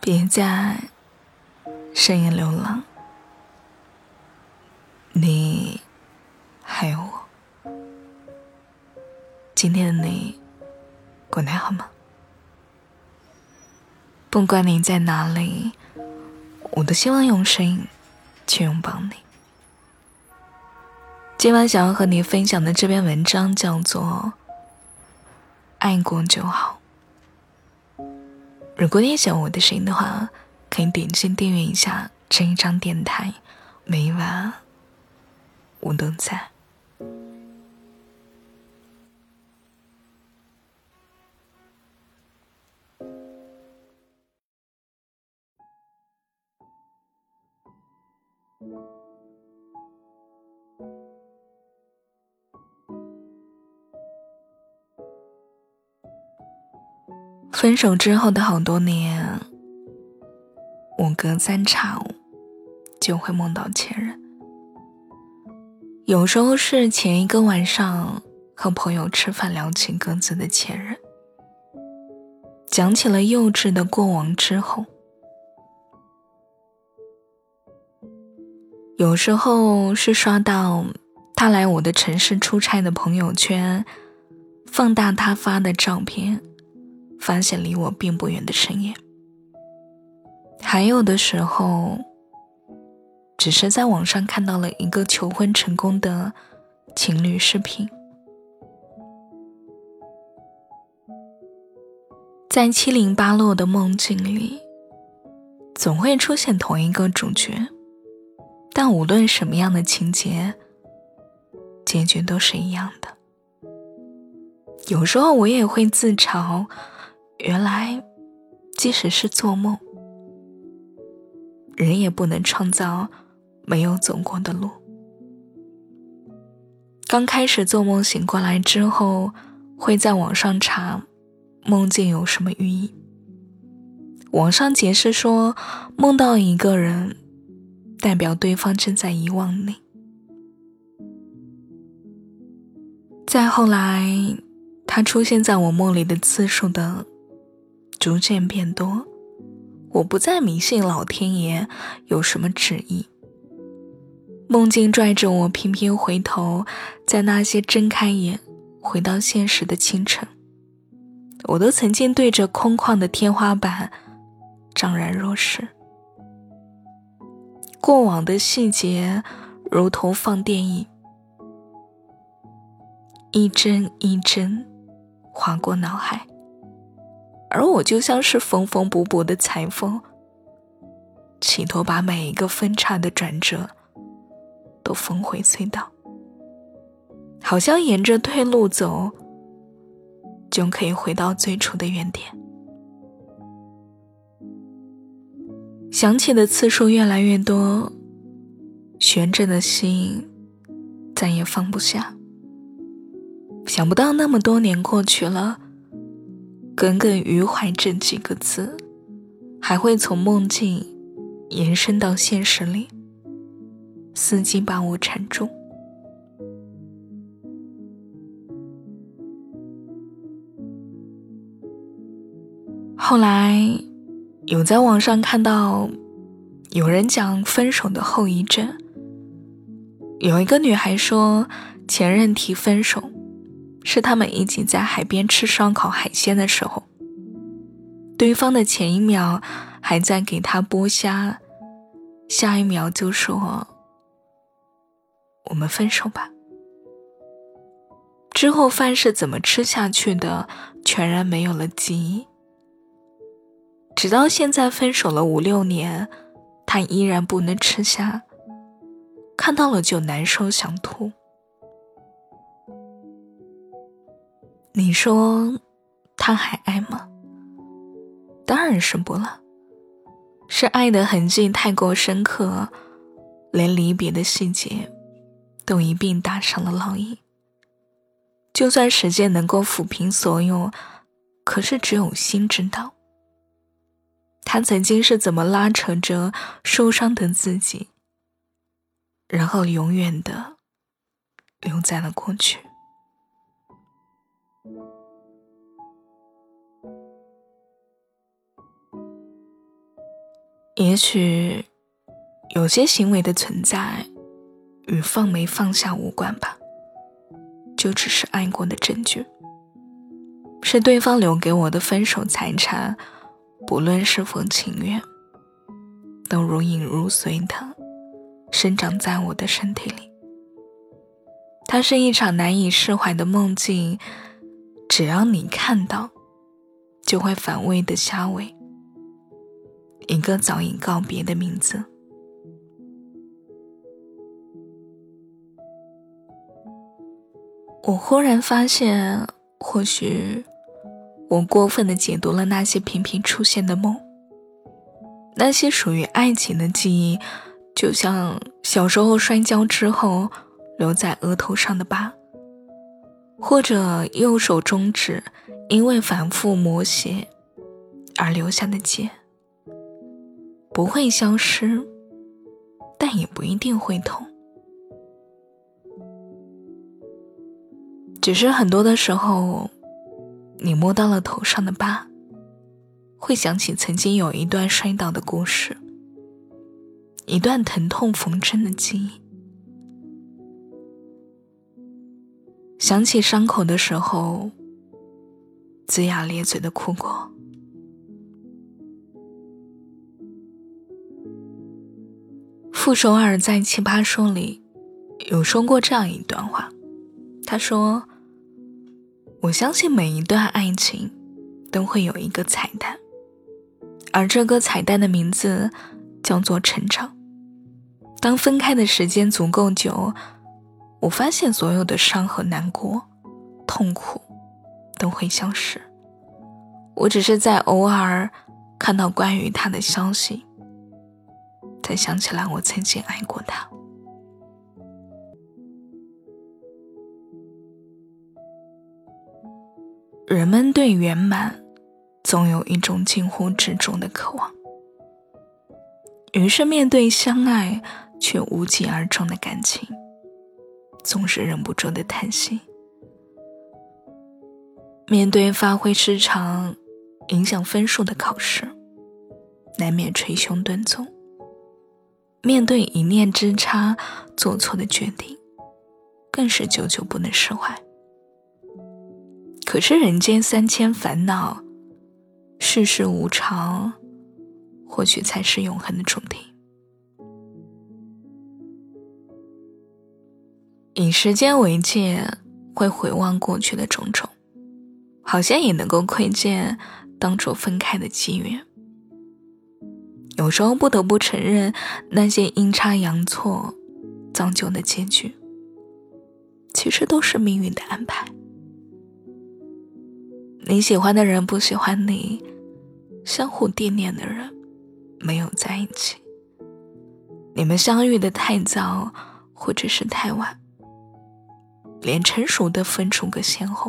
别在深夜流浪，你还有我。今天的你过得好吗？不管你在哪里，我都希望用声音去拥抱你。今晚想要和你分享的这篇文章叫做爱过就好。如果你喜欢我的声音的话，可以点击订阅一下这一张电台，每晚我都在。分手之后的好多年，我隔三差五就会梦到前任。有时候是前一个晚上和朋友吃饭聊起各自的前任，讲起了幼稚的过往之后，有时候是刷到他来我的城市出差的朋友圈，放大他发的照片，发现离我并不远的深夜。还有的时候只是在网上看到了一个求婚成功的情侣视频。在七零八落的梦境里，总会出现同一个主角，但无论什么样的情节，结局都是一样的。有时候我也会自嘲，原来即使是做梦，人也不能创造没有走过的路。刚开始做梦醒过来之后，会在网上查梦境有什么寓意。网上解释说，梦到一个人代表对方正在遗忘你。再后来，他出现在我梦里的次数的逐渐变多，我不再迷信老天爷有什么旨意。梦境拽着我频频回头，在那些睁开眼回到现实的清晨，我都曾经对着空旷的天花板怅然若失。过往的细节如同放电影，一帧一帧划过脑海，而我就像是缝缝补补的裁缝，企图把每一个分叉的转折都峰回隧道，好像沿着退路走就可以回到最初的原点。想起的次数越来越多，悬着的心再也放不下。想不到那么多年过去了，耿耿于怀这几个字还会从梦境延伸到现实里，伺机把我缠住。后来有在网上看到有人讲分手的后遗症，有一个女孩说，前任提分手是他们一起在海边吃烧烤海鲜的时候，对方的前一秒还在给他剥虾，下一秒就说我们分手吧。之后饭是怎么吃下去的，全然没有了记忆。直到现在分手了5-6年，他依然不能吃虾，看到了就难受想吐。你说他还爱吗？当然是不了，是爱的痕迹太过深刻，连离别的细节都一并打上了烙印。就算时间能够抚平所有，可是只有心知道，他曾经是怎么拉扯着受伤的自己，然后永远的留在了过去。 也许有些行为的存在与放没放下无关吧，就只是爱过的证据，是对方留给我的分手财产，不论是否情愿，都如影如髓的生长在我的身体里。它是一场难以释怀的梦境，只要你看到，就会反胃的虾尾，一个早已告别的名字。我忽然发现，或许我过分地解读了那些频频出现的梦，那些属于爱情的记忆，就像小时候摔跤之后留在额头上的疤，或者右手中指因为反复磨写而留下的结，不会消失，但也不一定会痛。只是很多的时候，你摸到了头上的疤，会想起曾经有一段摔倒的故事，一段疼痛缝针的记忆。想起伤口的时候，龇牙咧嘴的哭过。傅首尔在《奇葩说》里有说过这样一段话，他说，我相信每一段爱情都会有一个彩蛋，而这个彩蛋的名字叫做成长。当分开的时间足够久，我发现所有的伤和难过、痛苦都会消失。我只是在偶尔看到关于他的消息，才想起来我曾经爱过他。人们对圆满总有一种近乎执着的渴望，于是面对相爱却无疾而终的感情，总是忍不住的叹息。面对发挥失常影响分数的考试，难免捶胸顿足。面对一念之差做错的决定，更是久久不能释怀。可是人间三千烦恼，世事无常，或许才是永恒的主题。以时间为界，会回望过去的种种，好像也能够窥见当初分开的机缘。有时候不得不承认，那些阴差阳错造就的结局，其实都是命运的安排。你喜欢的人不喜欢你，相互惦念的人没有在一起，你们相遇的太早或者是太晚，连成熟的分出个先后。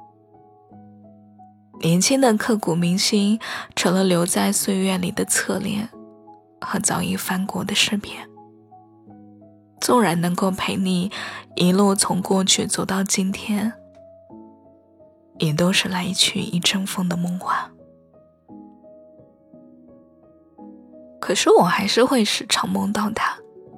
年轻的刻骨铭心成了留在岁月里的侧脸和早已翻过的诗篇。纵然能够陪你一路从过去走到今天，也都是来一去一阵风的梦话。可是我还是会时常梦到他，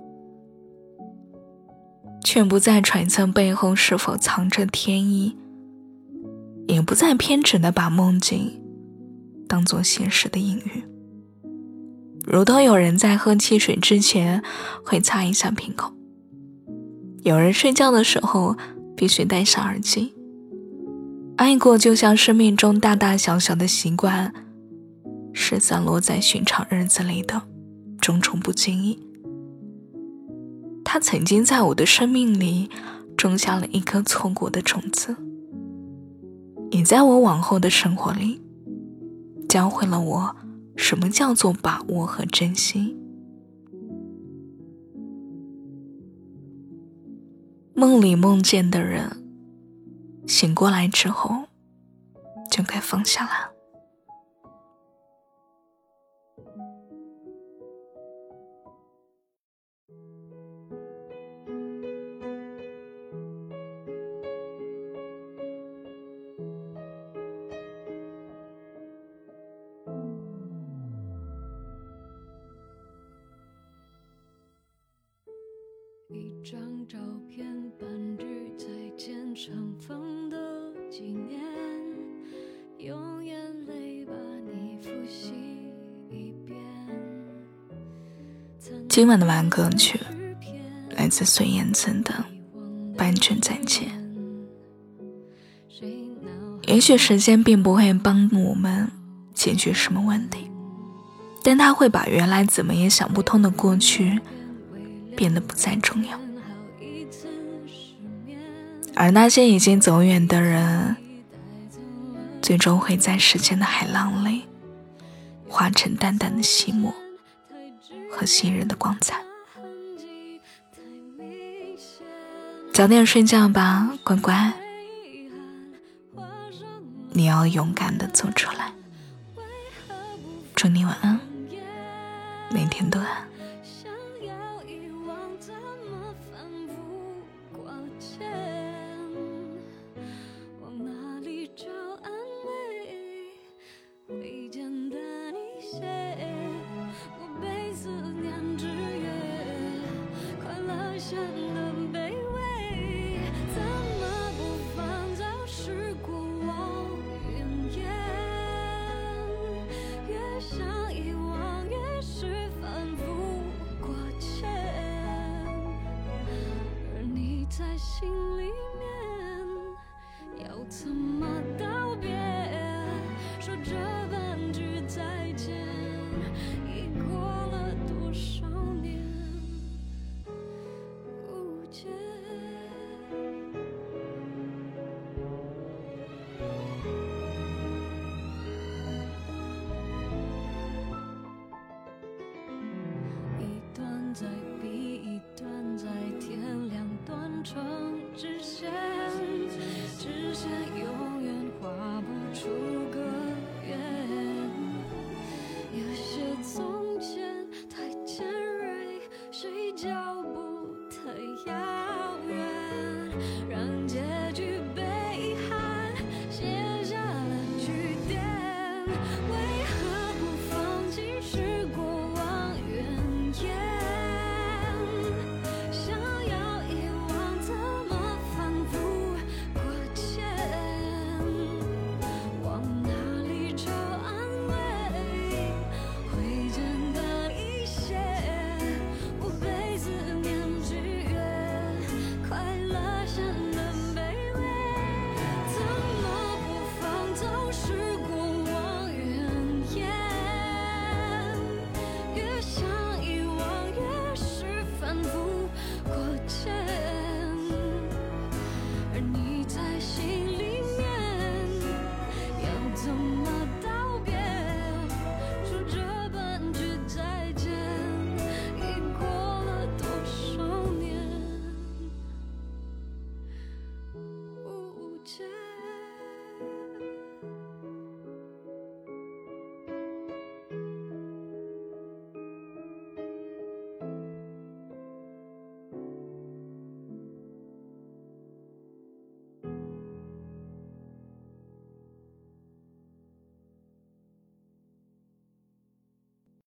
却不再揣测背后是否藏着天意，也不再偏执地把梦境当作现实的隐喻。如同有人在喝汽水之前会擦一下瓶口，有人睡觉的时候必须戴上耳机。爱过就像生命中大大小小的习惯，是散落在寻常日子里的种种不经意。它曾经在我的生命里种下了一颗错过的种子，也在我往后的生活里教会了我什么叫做把握和珍惜。梦里梦见的人，醒过来之后就该放下了。 今晚的晚安歌曲来自孙燕姿的《班犬再见》。也许时间并不会帮我们解决什么问题，但它会把原来怎么也想不通的过去变得不再重要，而那些已经走远的人，最终会在时间的海浪里化成淡淡的寂寞和昔日的光彩。早点睡觉吧，乖乖，你要勇敢地走出来。祝你晚安，每天都安。 显得卑微，怎么不放早是过往云烟，越想遗忘越是反复挂牵，而你在心里面要怎么道别，说这半句再见已过了多少年，一段在比一段在天亮断成直线，直线永远画不出